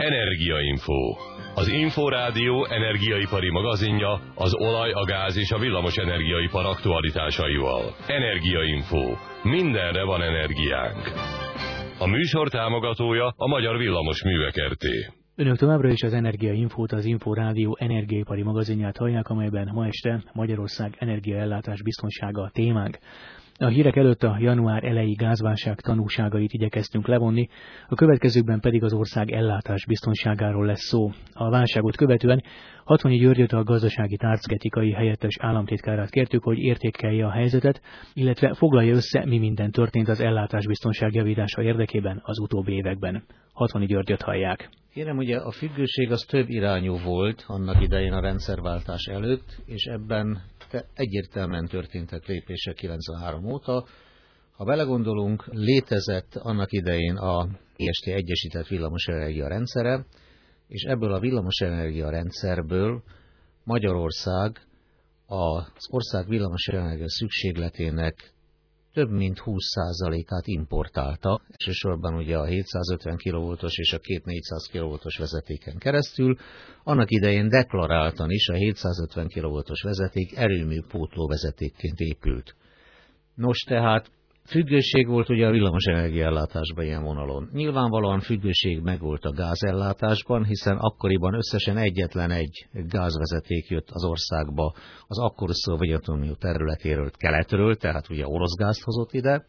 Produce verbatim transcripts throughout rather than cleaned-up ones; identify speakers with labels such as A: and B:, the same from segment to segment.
A: Energiainfo. Az Inforádió energiaipari magazinja az olaj, a gáz és a villamos energiaipar aktualitásaival. Energiainfo. Mindenre van energiánk. A műsor támogatója a Magyar Villamosművek Kft.
B: Önök továbbra is az Energiainfót, az Inforádió energiaipari magazinját hallják, amelyben ma este Magyarország energiaellátás biztonsága a témánk. A hírek előtt a január eleji gázválság tanúságait igyekeztünk levonni, a következőkben pedig az ország ellátás biztonságáról lesz szó. A válságot követően Hatványi Györgyöt, a gazdasági tárcgetikai helyettes államtitkárát kértük, hogy értékelje a helyzetet, illetve foglalja össze, mi minden történt az ellátás biztonság javítása érdekében az utóbbi években. Hatványi Györgyöt hallják.
C: Kérem, ugye a függőség az több irányú volt annak idején a rendszerváltás előtt, és ebben egyértelműen történtek lépések kilencvenhárom óta. Ha belegondolunk, létezett annak idején a é es té Egyesített Villamosenergia rendszere, és ebből a villamosenergia rendszerből Magyarország az ország villamosenergia szükségletének több mint húsz százalékát importálta, elsősorban ugye a hétszázötven kilovoltos és a kétezer-négyszáz kilovoltos vezetéken keresztül. Annak idején deklaráltan is a hétszázötven kilovoltos vezeték erőmű pótló vezetékként épült. Nos, tehát függőség volt ugye a villamosenergia ellátásban ilyen vonalon. Nyilvánvalóan függőség megvolt a gázellátásban, hiszen akkoriban összesen egyetlen egy gázvezeték jött az országba az akkori Szovjetunió területéről, keletről, tehát ugye orosz gázt hozott ide.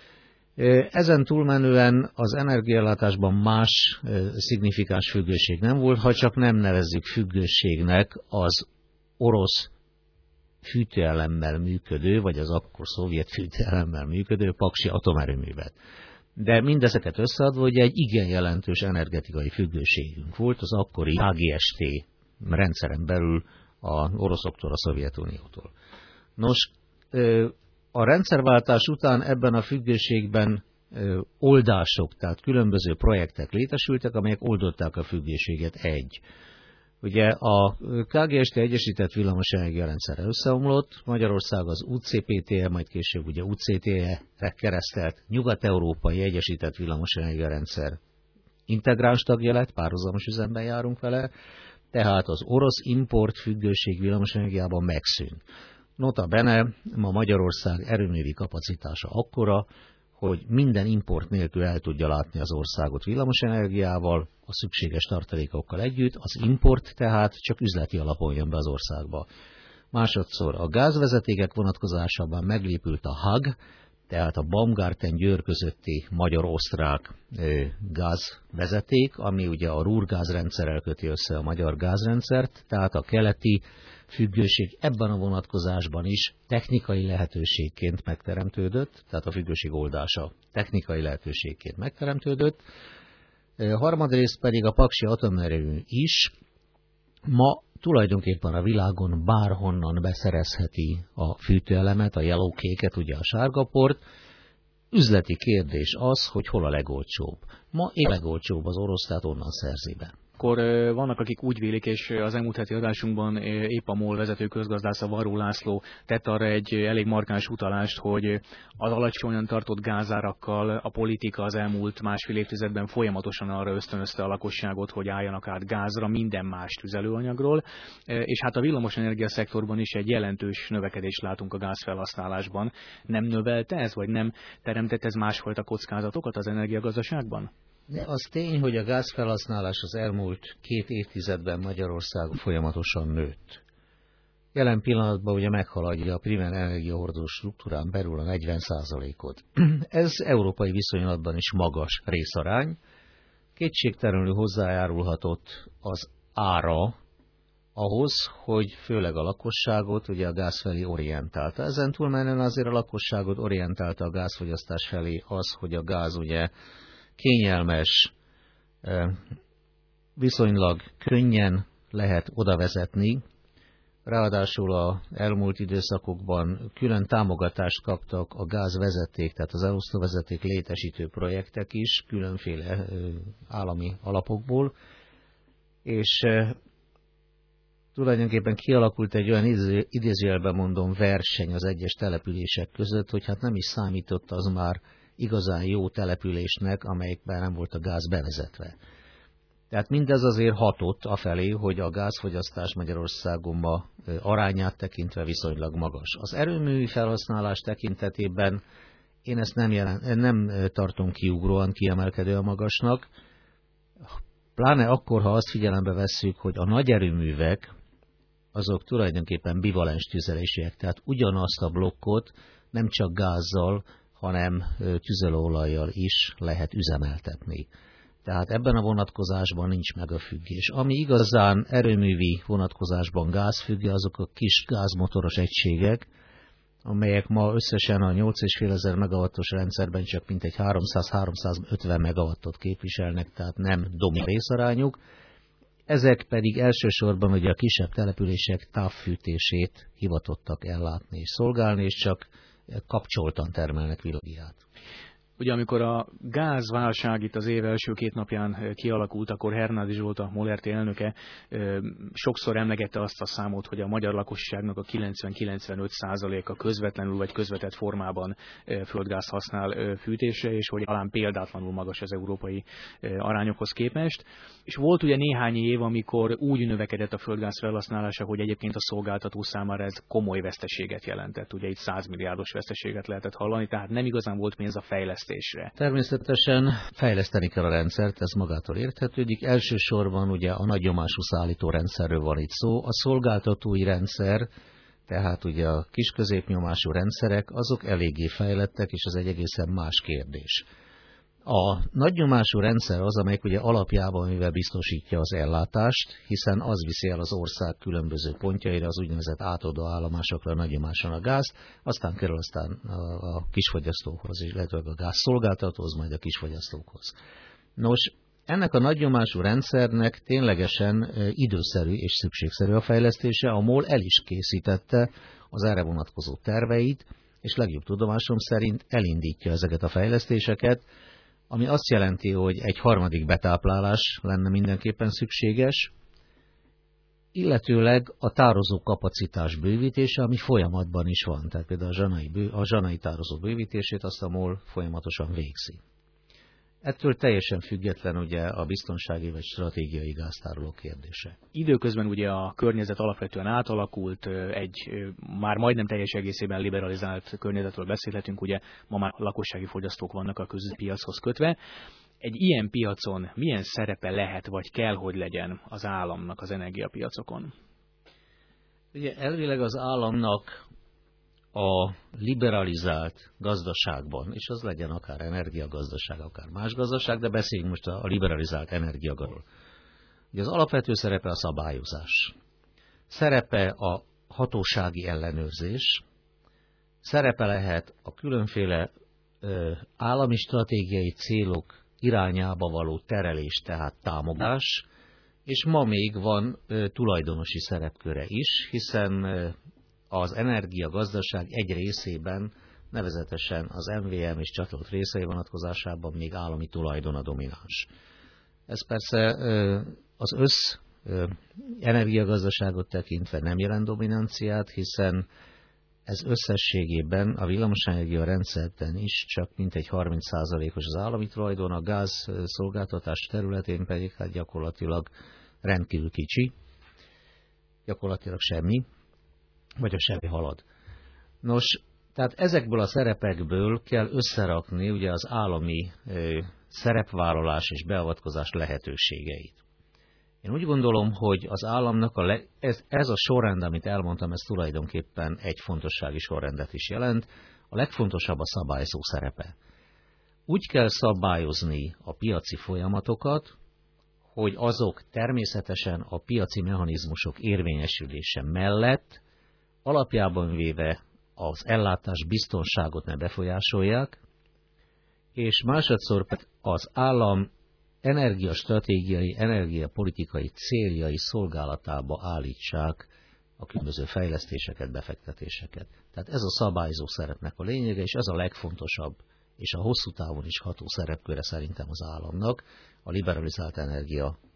C: Ezen túlmenően az energiaellátásban más szignifikáns függőség nem volt, ha csak nem nevezzük függőségnek az orosz fűtőelemmel működő, vagy az akkor szovjet fűtőelemmel működő paksi atomerőművet. De mindezeket összeadva, hogy egy igen jelentős energetikai függőségünk volt az akkori á gé es té rendszeren belül az oroszoktól, a Szovjetuniótól. Nos, a rendszerváltás után ebben a függőségben oldások, tehát különböző projektek létesültek, amelyek oldották a függőséget. Egy. Ugye a ká gé es té Egyesített Villamosenergia rendszere összeomlott, Magyarország az u cé pé té e, majd később ugye u cé té e-re keresztelt Nyugat-Európai Egyesített Villamosenergia rendszer integráns tagja lett, párhuzamos üzemben járunk vele, tehát az orosz import függőség villamosenergiában megszűnt. Nota bene, ma Magyarország erőművi kapacitása akkora, hogy minden import nélkül el tudja látni az országot villamosenergiával, a szükséges tartalékokkal együtt, az import tehát csak üzleti alapon jön be az országba. Másodszor a gázvezetékek vonatkozásában meglépült a há gé, tehát a Baumgarten-Győr közötti magyar-osztrák gázvezeték, ami ugye a Ruhr-gázrendszerrel köti össze a magyar gázrendszert, tehát a keleti függőség ebben a vonatkozásban is technikai lehetőségként megteremtődött, tehát a függőség oldása technikai lehetőségként megteremtődött. Harmadrészt pedig a paksi atomerőmű is ma tulajdonképpen a világon bárhonnan beszerezheti a fűtőelemet, a yellowcake-et, ugye a sárgaport. Üzleti kérdés az, hogy hol a legolcsóbb. Ma épp legolcsóbb az orosz, tehát onnan szerzi be.
B: Akkor vannak, akik úgy vélik, és az elmúlt heti adásunkban épp a MOL vezető közgazdásza Varró László tett arra egy elég markáns utalást, hogy az alacsonyan tartott gázárakkal a politika az elmúlt másfél évtizedben folyamatosan arra ösztönözte a lakosságot, hogy álljanak át gázra minden más tüzelőanyagról, és hát a villamosenergia szektorban is egy jelentős növekedést látunk a gázfelhasználásban. Nem növelte ez, vagy nem teremtett ez másfajta kockázatokat az energiagazdaságban?
C: De az tény, hogy a gázfelhasználás az elmúlt két évtizedben Magyarországon folyamatosan nőtt. Jelen pillanatban ugye meghaladja a primer energiahordozó struktúrán belül a negyven százalékot. Ez európai viszonylatban is magas részarány. Kétségtelenül hozzájárulhatott az ára ahhoz, hogy főleg a lakosságot ugye a gáz felé orientálta. Ezen túlmenően azért a lakosságot orientálta a gázfogyasztás felé az, hogy a gáz ugye kényelmes, viszonylag könnyen lehet oda vezetni, ráadásul az elmúlt időszakokban külön támogatást kaptak a gázvezeték, tehát az elosztóvezeték létesítő projektek is, különféle állami alapokból, és tulajdonképpen kialakult egy olyan idézőjelben mondom verseny az egyes települések között, hogy hát nem is számított az már igazán jó településnek, amelyikben nem volt a gáz bevezetve. Tehát mindez azért hatott afelé, hogy a gázfogyasztás Magyarországon ma arányát tekintve viszonylag magas. Az erőmű felhasználás tekintetében én ezt nem, jelen, nem tartom kiugróan, kiemelkedően magasnak, pláne akkor, ha azt figyelembe vesszük, hogy a nagy erőművek azok tulajdonképpen bivalens tüzelésiek, tehát ugyanazt a blokkot nem csak gázzal, hanem tüzelőolajjal is lehet üzemeltetni. Tehát ebben a vonatkozásban nincs meg a függés. Ami igazán erőművi vonatkozásban gázfüggő, azok a kis gázmotoros egységek, amelyek ma összesen a nyolc egész öt ezer megawattos rendszerben csak mintegy háromszáz-háromszázötven megawattot képviselnek, tehát nem domináns részarányuk. Ezek pedig elsősorban ugye a kisebb települések távfűtését hivatottak ellátni és szolgálni, és csak kapcsoltan termelnek villanyát.
B: Ugye amikor a gázválság itt az év első két napján kialakult, akkor Hernádi Zsolt, a MOL-er té elnöke sokszor emlegette azt a számot, hogy a magyar lakosságnak a kilencven-kilencvenöt százaléka közvetlenül vagy közvetett formában földgázt használ fűtésre, és hogy talán példátlanul magas az európai arányokhoz képest. És volt ugye néhány év, amikor úgy növekedett a földgáz felhasználása, hogy egyébként a szolgáltató számára ez komoly veszteséget jelentett. Ugye itt száz milliárdos veszteséget lehetett hallani, tehát nem igazán volt pénz a fejlesztésre.
C: Természetesen fejleszteni kell a rendszert, ez magától érthetődik. Elsősorban ugye a nagy nyomású szállító rendszerről van itt szó. A szolgáltatói rendszer, tehát ugye a kis-középnyomású rendszerek, azok eléggé fejlettek, és az egy egészen más kérdés. A nagynyomású rendszer az, amelyik ugye alapjában mivel biztosítja az ellátást, hiszen az viszi el az ország különböző pontjaira, az úgynevezett átadó állomásokra nagynyomáson a gázt, aztán kerül aztán a kisfogyasztókhoz, illetve a gázszolgáltatóhoz, majd a kisfogyasztókhoz. Nos, ennek a nagynyomású rendszernek ténylegesen időszerű és szükségszerű a fejlesztése, a MOL el is készítette az erre vonatkozó terveit, és legjobb tudomásom szerint elindítja ezeket a fejlesztéseket, ami azt jelenti, hogy egy harmadik betáplálás lenne mindenképpen szükséges, illetőleg a tározó kapacitás bővítése, ami folyamatban is van. Tehát például a zsanai, bő, a zsanai tározó bővítését azt a MOL folyamatosan végzi. Ettől teljesen független ugye a biztonsági vagy stratégiai gáztároló kérdése.
B: Időközben ugye a környezet alapvetően átalakult, egy már majdnem teljes egészében liberalizált környezetről beszélhetünk, ugye ma már lakossági fogyasztók vannak a közpiachoz kötve. Egy ilyen piacon milyen szerepe lehet vagy kell, hogy legyen az államnak az energiapiacokon?
C: Ugye elvileg az államnak a liberalizált gazdaságban, és az legyen akár energiagazdaság, akár más gazdaság, de beszéljünk most a liberalizált energiagazdaságról. Ugye az alapvető szerepe a szabályozás. Szerepe a hatósági ellenőrzés, szerepe lehet a különféle ö, állami stratégiai célok irányába való terelés, tehát támogatás, és ma még van ö, tulajdonosi szerepköre is, hiszen ö, az energiagazdaság egy részében, nevezetesen az em vé em és csatolt részei vonatkozásában még állami tulajdon a domináns. Ez persze az össz energiagazdaságot tekintve nem jelent dominanciát, hiszen ez összességében a villamosenergia rendszerben is csak mintegy harminc százalékos az állami tulajdon, a gáz szolgáltatás területén pedig hát gyakorlatilag rendkívül kicsi, gyakorlatilag semmi, vagy a semmi halad. Nos, tehát ezekből a szerepekből kell összerakni ugye az állami ö, szerepvállalás és beavatkozás lehetőségeit. Én úgy gondolom, hogy az államnak a le, ez, ez a sorrend, amit elmondtam, ez tulajdonképpen egy fontossági sorrendet is jelent. A legfontosabb a szabályzó szerepe. Úgy kell szabályozni a piaci folyamatokat, hogy azok természetesen a piaci mechanizmusok érvényesülése mellett alapjában véve az ellátás biztonságot ne befolyásolják, és másodszor az állam energiastratégiai, energiapolitikai céljai szolgálatába állítsák a különböző fejlesztéseket, befektetéseket. Tehát ez a szabályzó szerepnek a lényege, és ez a legfontosabb, és a hosszú távon is ható szerepköre szerintem az államnak a liberalizált energia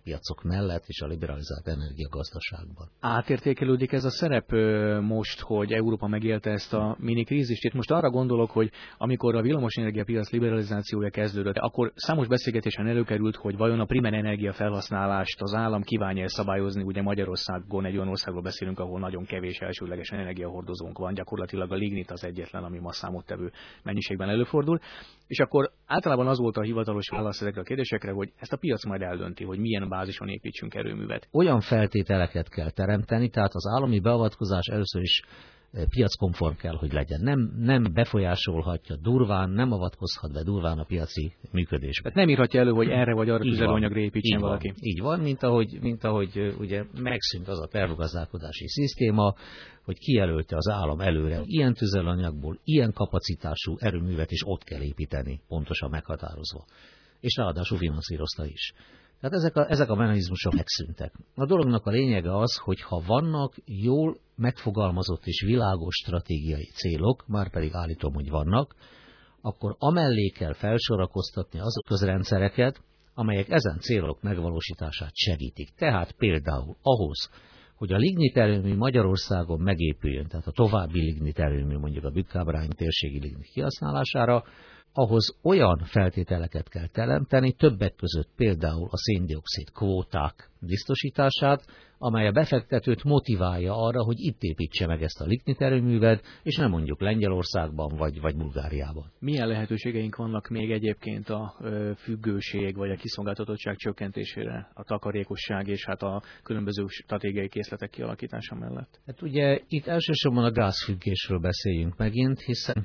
C: piacok mellett és a liberalizált energiagazdaságban.
B: Átértékelődik ez a szerep most, hogy Európa megélte ezt a mini krízist? Itt most arra gondolok, hogy amikor a villamosenergia piac liberalizációja kezdődött, akkor számos beszélgetésen előkerült, hogy vajon a primer energia felhasználást az állam kívánja szabályozni. Ugye Magyarországon egy olyan országról beszélünk, ahol nagyon kevés elsődleges energiahordozónk van, gyakorlatilag a lignit az egyetlen, ami ma számottevő mennyiségben előfordul. És akkor általában az volt a hivatalos válasz ezekre a kérdésekre, hogy ezt a piac majd eldönti, hogy milyen bázison építsünk erőművet.
C: Olyan feltételeket kell teremteni, tehát az állami beavatkozás először is piackonform kell, hogy legyen. Nem, nem befolyásolhatja durván, nem avatkozhat be durván a piaci működésbe.
B: Tehát nem írhatja elő, hogy erre vagy arra tüzelőanyagra építsen
C: így
B: valaki.
C: Van, így van, mint ahogy, mint ahogy ugye megszűnt az a tervgazdálkodási szisztéma, hogy kijelölte az állam előre, ilyen tüzelőanyagból, ilyen kapacitású erőművet is ott kell építeni, pontosan meghatározva. És ráadásul finanszírozta is. Tehát ezek a, ezek a mechanizmusok megszűntek. A dolognak a lényege az, hogy ha vannak jól megfogalmazott és világos stratégiai célok, már pedig állítom, hogy vannak, akkor amellé kell felsorakoztatni azok közrendszereket, amelyek ezen célok megvalósítását segítik. Tehát például ahhoz, hogy a lignit erőmű Magyarországon megépüljön, tehát a további lignit erőmű mondjuk a Bükk-Ábrány térségi lignit kihasználására, ahhoz olyan feltételeket kell teremteni, többek között például a szén-dioxid kvóták biztosítását, amely a befektetőt motiválja arra, hogy itt építse meg ezt a lignit erőművet, és nem mondjuk Lengyelországban vagy, vagy Bulgáriában.
B: Milyen lehetőségeink vannak még egyébként a függőség vagy a kiszolgáltatottság csökkentésére, a takarékosság és hát a különböző stratégiai készletek kialakítása mellett?
C: Hát ugye itt elsősorban a gázfüggésről beszéljünk megint, hiszen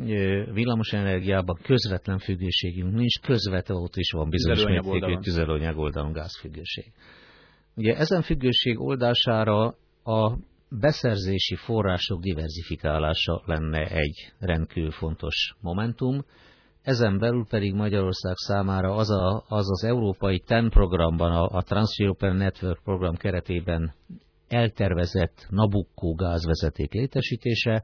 C: villamosenergiában közvetlen függőségünk nincs, közvetve ott is van bizonyos mértékű tüzelőanyag oldalon gázfüggőség. Ugye ezen függőség oldására a beszerzési források diverzifikálása lenne egy rendkívül fontos momentum, ezen belül pedig Magyarország számára az a, az, az európai té e en programban, a, a Trans-European Network program keretében eltervezett Nabucco gázvezeték létesítése,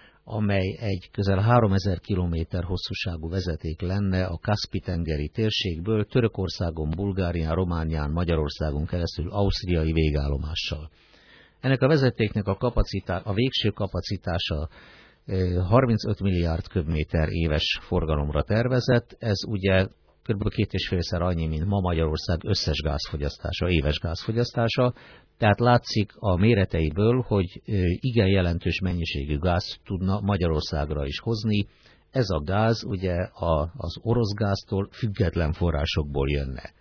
C: amely egy közel háromezer kilométer hosszúságú vezeték lenne a Kaszpi-tengeri térségből Törökországon, Bulgárián, Románián, Magyarországon keresztül ausztriai végállomással. Ennek a vezetéknek a, kapacitá- a végső kapacitása harmincöt milliárd köbméter éves forgalomra tervezett, ez ugye kb. két és félszer annyi, mint ma Magyarország összes gázfogyasztása, éves gázfogyasztása, tehát látszik a méreteiből, hogy igen jelentős mennyiségű gáz tudna Magyarországra is hozni. Ez a gáz ugye az orosz gáztól független forrásokból jönne.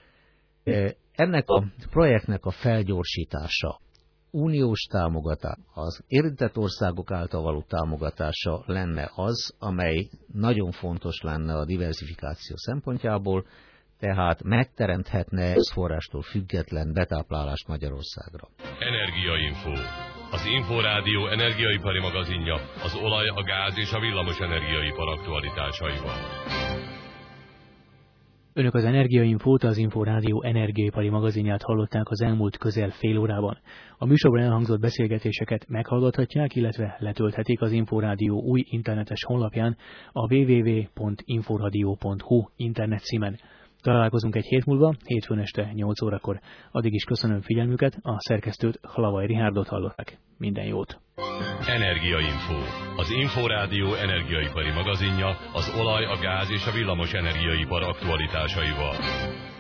C: Ennek a projektnek a felgyorsítása, uniós támogatás, az érintett országok által való támogatása lenne az, amely nagyon fontos lenne a diversifikáció szempontjából, tehát megteremthetne az forrástól független betáplálást Magyarországra.
A: Energiainfo. Az Inforádió energiaipari magazinja az olaj, a gáz és a villamos energiaipar aktualitásaival.
B: Önök az Energiainfót, az Inforádió energiaipari magazinját hallották az elmúlt közel fél órában. A műsorban elhangzott beszélgetéseket meghallgathatják, illetve letölthetik az Inforádió új internetes honlapján a double-u double-u double-u pont inforadio pont hu internet címen. Találkozunk egy hét múlva, hétfőn este nyolc órakor. Addig is köszönöm figyelmüket, a szerkesztőt, Hlavai Rihárdot hallották. Minden jót!
A: Energiainfo. Az Inforádió energiaipari magazinja az olaj, a gáz és a villamos energiaipar aktualitásaival.